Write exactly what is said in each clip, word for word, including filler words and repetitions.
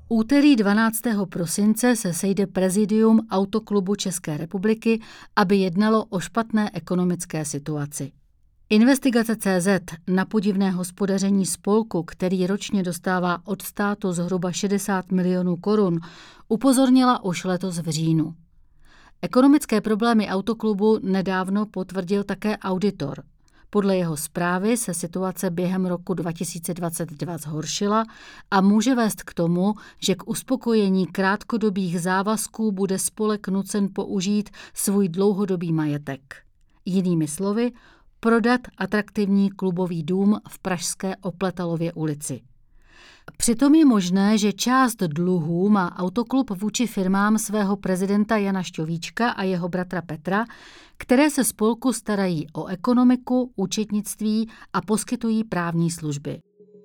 Úterý dvanáctého prosince se sejde prezidium Autoklubu České republiky, aby jednalo o špatné ekonomické situaci. Investigace tečka cé zet na podivné hospodaření spolku, který ročně dostává od státu zhruba šedesát milionů korun, upozornila už letos v říjnu. Ekonomické problémy Autoklubu nedávno potvrdil také auditor. Podle jeho zprávy se situace během roku dva tisíce dvacet dva zhoršila a může vést k tomu, že k uspokojení krátkodobých závazků bude spolek nucen použít svůj dlouhodobý majetek. Jinými slovy, prodat atraktivní klubový dům v pražské Opletalově ulici. Přitom je možné, že část dluhů má Autoklub vůči firmám svého prezidenta Jana Šťovíčka a jeho bratra Petra, které se spolku starají o ekonomiku, účetnictví a poskytují právní služby.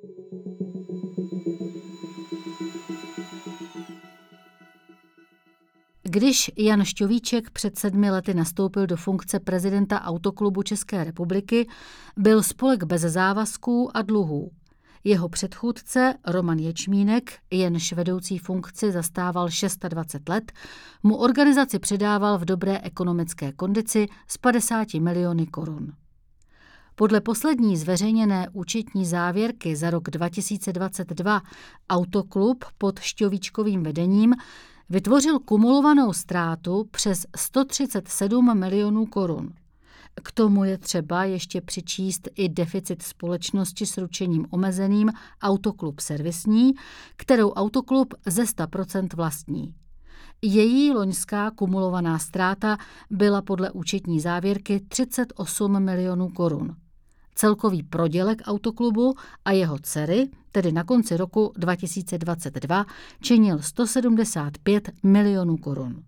Když Jan Šťovíček před sedmi lety nastoupil do funkce prezidenta Autoklubu České republiky, byl spolek bez závazků a dluhů. Jeho předchůdce Roman Ječmínek, jenž vedoucí funkci zastával dvacet šest let, mu organizaci předával v dobré ekonomické kondici s padesáti miliony korun. Podle poslední zveřejněné účetní závěrky za rok dva tisíce dvacet dva Autoklub pod Šťovíčkovým vedením vytvořil kumulovanou ztrátu přes sto třicet sedm milionů korun. K tomu je třeba ještě přičíst i deficit společnosti s ručením omezeným Autoklub servisní, kterou Autoklub ze sto procent vlastní. Její loňská kumulovaná ztráta byla podle účetní závěrky třicet osm milionů korun. Celkový prodělek Autoklubu a jeho dcery, tedy na konci roku dva tisíce dvacet dva, činil sto sedmdesát pět milionů korun.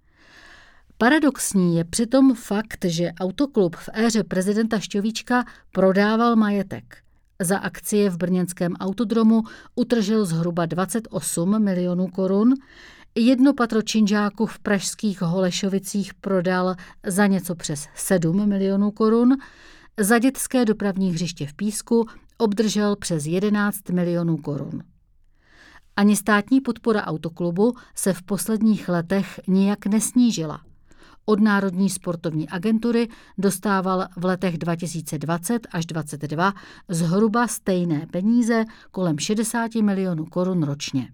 Paradoxní je přitom fakt, že Autoklub v éře prezidenta Šťovíčka prodával majetek. Za akcie v brněnském Autodromu utržil zhruba dvacet osm milionů korun, jedno patro činžáku v pražských Holešovicích prodal za něco přes sedm milionů korun, za dětské dopravní hřiště v Písku obdržel přes jedenáct milionů korun. Ani státní podpora Autoklubu se v posledních letech nijak nesnížila. Od Národní sportovní agentury dostával v letech dva tisíce dvacet až dvacet dva zhruba stejné peníze, kolem šedesát milionů korun ročně.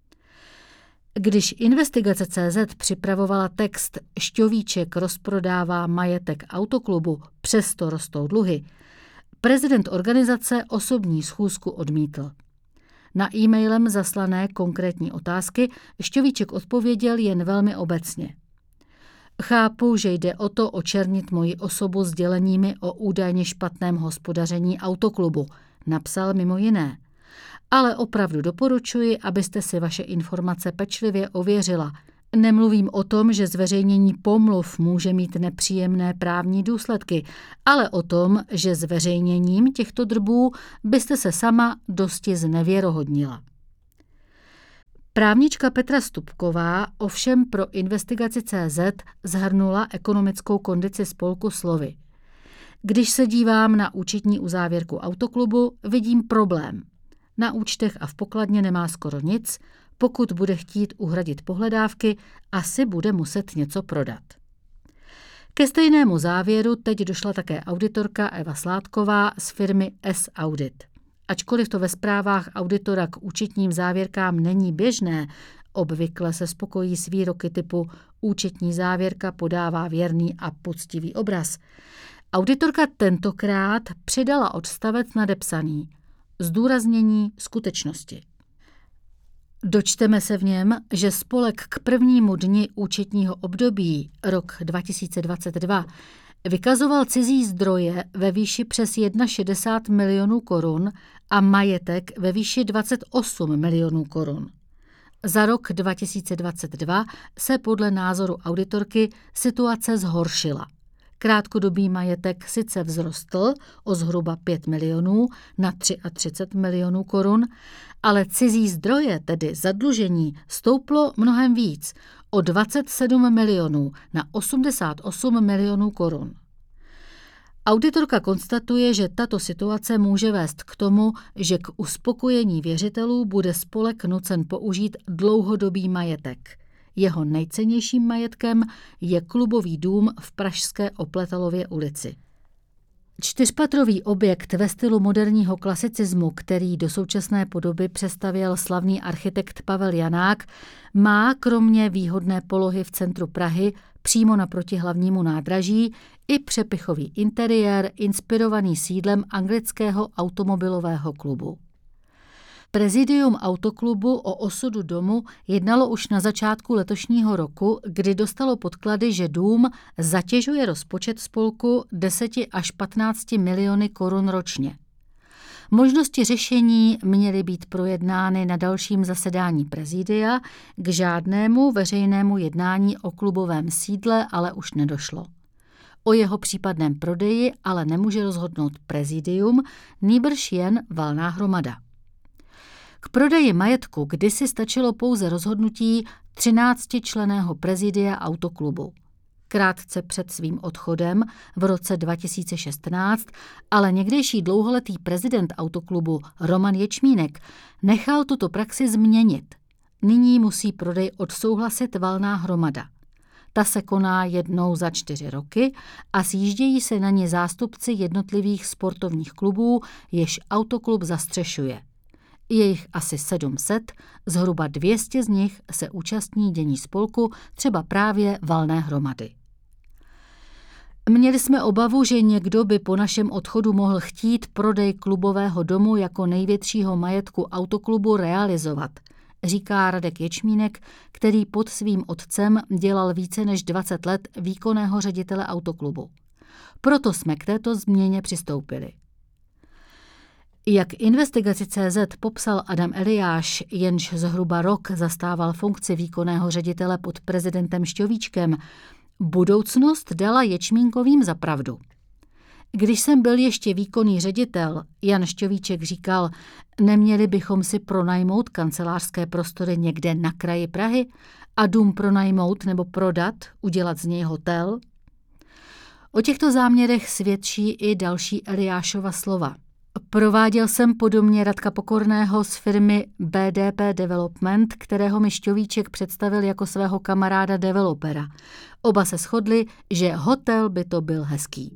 Když investigace tečka cé zet připravovala text Šťovíček rozprodává majetek Autoklubu, přesto rostou dluhy, prezident organizace osobní schůzku odmítl. Na e-mailem zaslané konkrétní otázky Šťovíček odpověděl jen velmi obecně. Chápu, že jde o to očernit moji osobu sděleními o údajně špatném hospodaření Autoklubu, napsal mimo jiné. Ale opravdu doporučuji, abyste si vaše informace pečlivě ověřila. Nemluvím o tom, že zveřejnění pomluv může mít nepříjemné právní důsledky, ale o tom, že zveřejněním těchto drbů byste se sama dosti znevěrohodnila. Právnička Petra Stupková ovšem pro investigaci tečka cé zet zhrnula ekonomickou kondici spolku slovy. Když se dívám na účetní uzávěrku Autoklubu, vidím problém. Na účtech a v pokladně nemá skoro nic, pokud bude chtít uhradit pohledávky, asi bude muset něco prodat. Ke stejnému závěru teď došla také auditorka Eva Sládková z firmy S-Audit. Ačkoliv to ve zprávách auditora k účetním závěrkám není běžné, obvykle se spokojí s výroky typu účetní závěrka podává věrný a poctivý obraz. Auditorka tentokrát přidala odstavec nadepsaný zdůraznění skutečnosti. Dočteme se v něm, že spolek k prvnímu dni účetního období rok dva tisíce dvacet dva vykazoval cizí zdroje ve výši přes šedesát jedna milionů korun a majetek ve výši dvacet osm milionů korun. Za rok dva tisíce dvacet dva se podle názoru auditorky situace zhoršila. Krátkodobý majetek sice vzrostl o zhruba pět milionů na třicet tři milionů korun, ale cizí zdroje, tedy zadlužení, stouplo mnohem víc, o dvacet sedm milionů na osmdesát osm milionů korun. Auditorka konstatuje, že tato situace může vést k tomu, že k uspokojení věřitelů bude spolek nucen použít dlouhodobý majetek. Jeho nejcennějším majetkem je klubový dům v pražské Opletalově ulici. Čtyřpatrový objekt ve stylu moderního klasicismu, který do současné podoby přestavěl slavný architekt Pavel Janák, má kromě výhodné polohy v centru Prahy přímo naproti hlavnímu nádraží i přepichový interiér inspirovaný sídlem anglického automobilového klubu. Prezidium autoklubu o osudu domu jednalo už na začátku letošního roku, kdy dostalo podklady, že dům zatěžuje rozpočet spolku deset až patnáct miliony korun ročně. Možnosti řešení měly být projednány na dalším zasedání prezidia, k žádnému veřejnému jednání o klubovém sídle ale už nedošlo. O jeho případném prodeji ale nemůže rozhodnout prezidium, nýbrž jen valná hromada. K prodeji majetku kdysi stačilo pouze rozhodnutí třináctičlenného prezidia autoklubu. Krátce před svým odchodem v roce dva tisíce šestnáct ale někdejší dlouholetý prezident autoklubu Roman Ječmínek nechal tuto praxi změnit. Nyní musí prodej odsouhlasit valná hromada. Ta se koná jednou za čtyři roky a sjíždějí se na ně zástupci jednotlivých sportovních klubů, jež autoklub zastřešuje. Je jich asi sedm set, zhruba dvě stě z nich se účastní dění spolku, třeba právě valné hromady. Měli jsme obavu, že někdo by po našem odchodu mohl chtít prodej klubového domu jako největšího majetku autoklubu realizovat, říká Radek Ječmínek, který pod svým otcem dělal více než dvacet let výkonného ředitele autoklubu. Proto jsme k této změně přistoupili. Jak investigaci tečka cé zet popsal Adam Eliáš, jenž zhruba rok zastával funkci výkonného ředitele pod prezidentem Šťovíčkem, budoucnost dala Ječmínkovým za pravdu. Když jsem byl ještě výkonný ředitel, Jan Šťovíček říkal, neměli bychom si pronajmout kancelářské prostory někde na kraji Prahy a dům pronajmout nebo prodat, udělat z něj hotel. O těchto záměrech svědčí i další Eliášova slova. Prováděl jsem po domě Radka Pokorného z firmy bé dé pé Development, kterého mi Šťovíček představil jako svého kamaráda developera. Oba se shodli, že hotel by to byl hezký.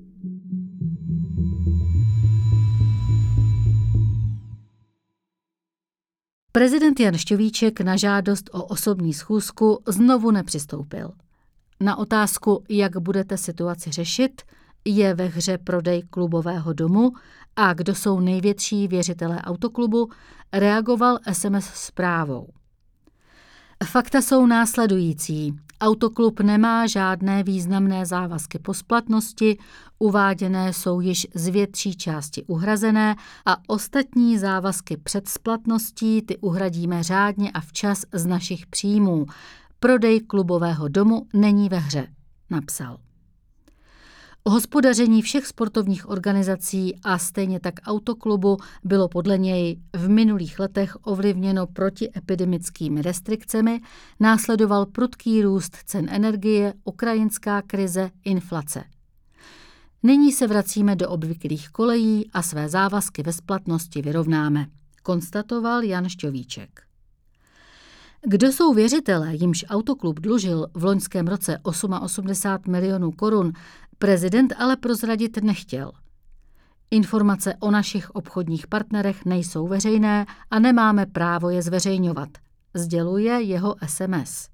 Prezident Jan Šťovíček na žádost o osobní schůzku znovu nepřistoupil. Na otázku, jak budete situaci řešit, je ve hře prodej klubového domu a kdo jsou největší věřitelé autoklubu, reagoval es em es zprávou. Fakta jsou následující. Autoklub nemá žádné významné závazky po splatnosti, uváděné jsou již z větší části uhrazené a ostatní závazky před splatností ty uhradíme řádně a včas z našich příjmů. Prodej klubového domu není ve hře, napsal. Hospodaření všech sportovních organizací a stejně tak autoklubu bylo podle něj v minulých letech ovlivněno protiepidemickými restrikcemi, následoval prudký růst cen energie, ukrajinská krize, inflace. Nyní se vracíme do obvyklých kolejí a své závazky ve splatnosti vyrovnáme, konstatoval Jan Šťovíček. Kdo jsou věřitelé, jimž autoklub dlužil v loňském roce osmdesát osm milionů korun, prezident ale prozradit nechtěl. Informace o našich obchodních partnerech nejsou veřejné a nemáme právo je zveřejňovat, sděluje jeho es em es.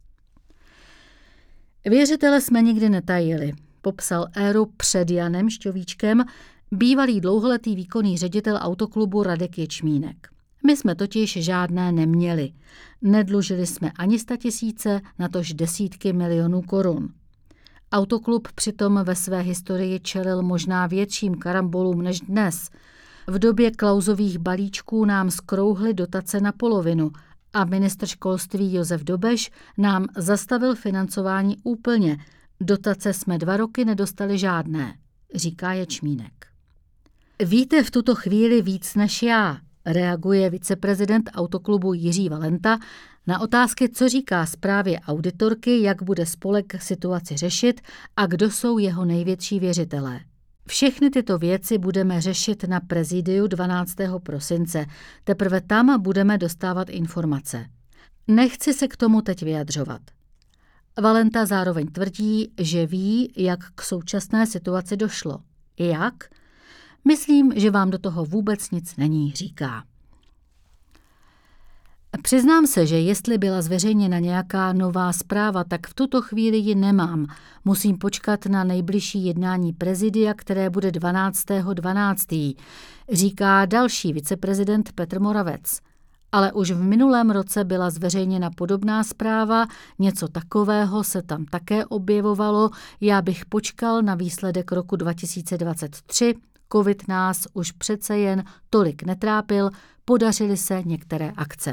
Věřitele jsme nikdy netajili, popsal éru před Janem Šťovíčkem bývalý dlouholetý výkonný ředitel autoklubu Radek Ječmínek. My jsme totiž žádné neměli. Nedlužili jsme ani statisíce, natož desítky milionů korun. Autoklub přitom ve své historii čelil možná větším karambolům než dnes. V době Klausových balíčků nám skrouhly dotace na polovinu a ministr školství Josef Dobeš nám zastavil financování úplně. Dotace jsme dva roky nedostali žádné, říká Ječmínek. Víte v tuto chvíli víc než já, reaguje viceprezident autoklubu Jiří Valenta na otázky, co říká zprávě auditorky, jak bude spolek situaci řešit a kdo jsou jeho největší věřitelé. Všechny tyto věci budeme řešit na prezidiu dvanáctého prosince. Teprve tam budeme dostávat informace. Nechci se k tomu teď vyjadřovat. Valenta zároveň tvrdí, že ví, jak k současné situaci došlo. Jak? Myslím, že vám do toho vůbec nic není, říká. Přiznám se, že jestli byla zveřejněna nějaká nová zpráva, tak v tuto chvíli ji nemám. Musím počkat na nejbližší jednání prezidia, které bude dvanáctého dvanáctého říká další viceprezident Petr Moravec. Ale už v minulém roce byla zveřejněna podobná zpráva, něco takového se tam také objevovalo, já bych počkal na výsledek roku dva tisíce dvacet tři, covid nás už přece jen tolik netrápil, podařily se některé akce.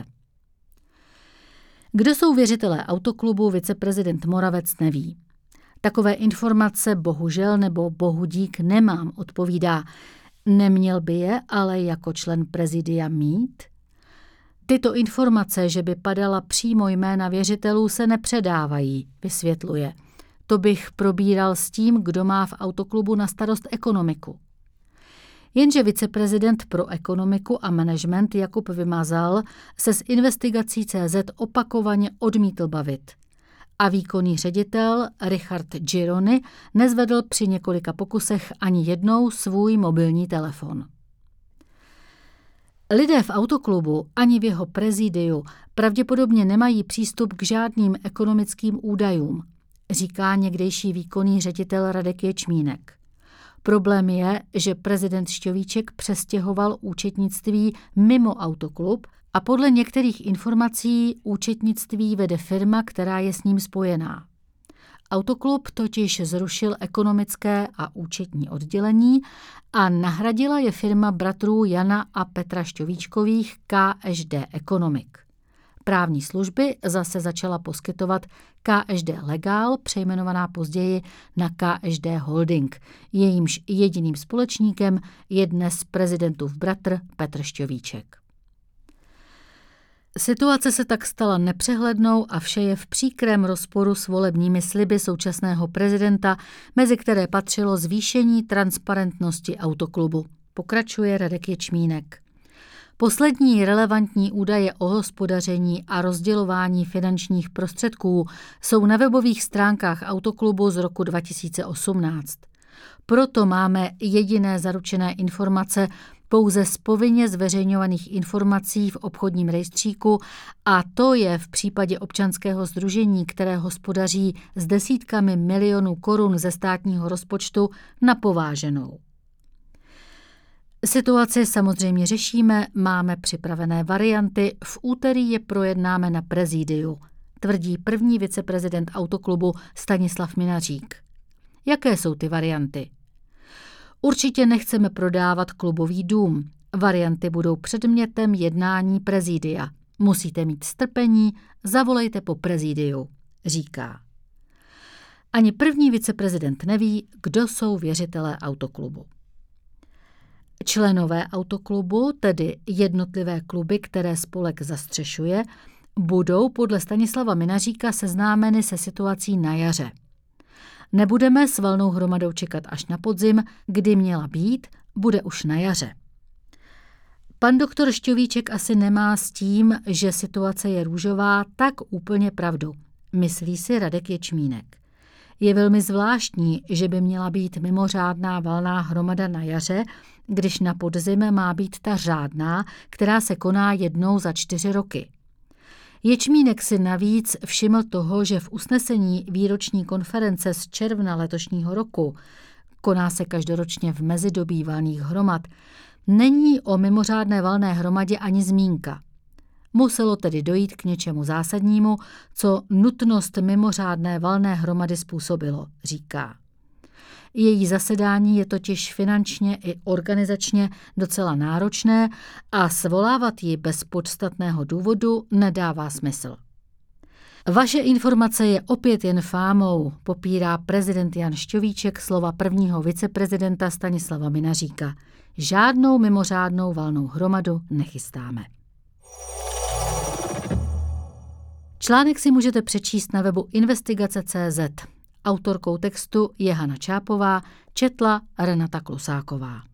Kdo jsou věřitelé autoklubu, viceprezident Moravec neví. Takové informace bohužel nebo bohu dík nemám, odpovídá. Neměl by je ale jako člen prezidia mít? Tyto informace, že by padala přímo jména věřitelů, se nepředávají, vysvětluje. To bych probíral s tím, kdo má v autoklubu na starost ekonomiku. Jenže viceprezident pro ekonomiku a management Jakub Vymazal se s investigací C Z opakovaně odmítl bavit. A výkonný ředitel Richard Gironi nezvedl při několika pokusech ani jednou svůj mobilní telefon. Lidé v autoklubu ani v jeho prezidiu pravděpodobně nemají přístup k žádným ekonomickým údajům, říká někdejší výkonný ředitel Radek Ječmínek. Problém je, že prezident Šťovíček přestěhoval účetnictví mimo autoklub a podle některých informací účetnictví vede firma, která je s ním spojená. Autoklub totiž zrušil ekonomické a účetní oddělení a nahradila je firma bratrů Jana a Petra Šťovíčkových K Š D Economic. Právní služby zase začala poskytovat K Š D Legal, přejmenovaná později na K Š D Holding. Jejímž jediným společníkem je dnes prezidentův bratr Petr Šťovíček. Situace se tak stala nepřehlednou a vše je v příkrém rozporu s volebními sliby současného prezidenta, mezi které patřilo zvýšení transparentnosti autoklubu. Pokračuje Radek Ječmínek. Poslední relevantní údaje o hospodaření a rozdělování finančních prostředků jsou na webových stránkách autoklubu z roku dva tisíce osmnáct. Proto máme jediné zaručené informace pouze z povinně zveřejňovaných informací v obchodním rejstříku a to je v případě občanského sdružení, které hospodaří s desítkami milionů korun ze státního rozpočtu, na pováženou. Situaci samozřejmě řešíme, máme připravené varianty, v úterý je projednáme na prezidiu, tvrdí první viceprezident autoklubu Stanislav Minařík. Jaké jsou ty varianty? Určitě nechceme prodávat klubový dům. Varianty budou předmětem jednání prezidia. Musíte mít strpení, zavolejte po prezidiu, říká. Ani první viceprezident neví, kdo jsou věřitelé autoklubu. Členové autoklubu, tedy jednotlivé kluby, které spolek zastřešuje, budou podle Stanislava Minaříka seznámeny se situací na jaře. Nebudeme s valnou hromadou čekat až na podzim, kdy měla být, bude už na jaře. Pan doktor Šťovíček asi nemá s tím, že situace je růžová, tak úplně pravdu, myslí si Radek Ječmínek. Je velmi zvláštní, že by měla být mimořádná valná hromada na jaře, když na podzim má být ta řádná, která se koná jednou za čtyři roky. Ječmínek si navíc všiml toho, že v usnesení výroční konference z června letošního roku, koná se každoročně v mezidobí valných hromad, není o mimořádné valné hromadě ani zmínka. Muselo tedy dojít k něčemu zásadnímu, co nutnost mimořádné valné hromady způsobilo, říká. Její zasedání je totiž finančně i organizačně docela náročné a svolávat ji bez podstatného důvodu nedává smysl. Vaše informace je opět jen fámou, popírá prezident Jan Šťovíček slova prvního viceprezidenta Stanislava Minaříka. Žádnou mimořádnou valnou hromadu nechystáme. Článek si můžete přečíst na webu investigace tečka cé zet. Autorkou textu je Hana Čápová, četla Renata Klusáková.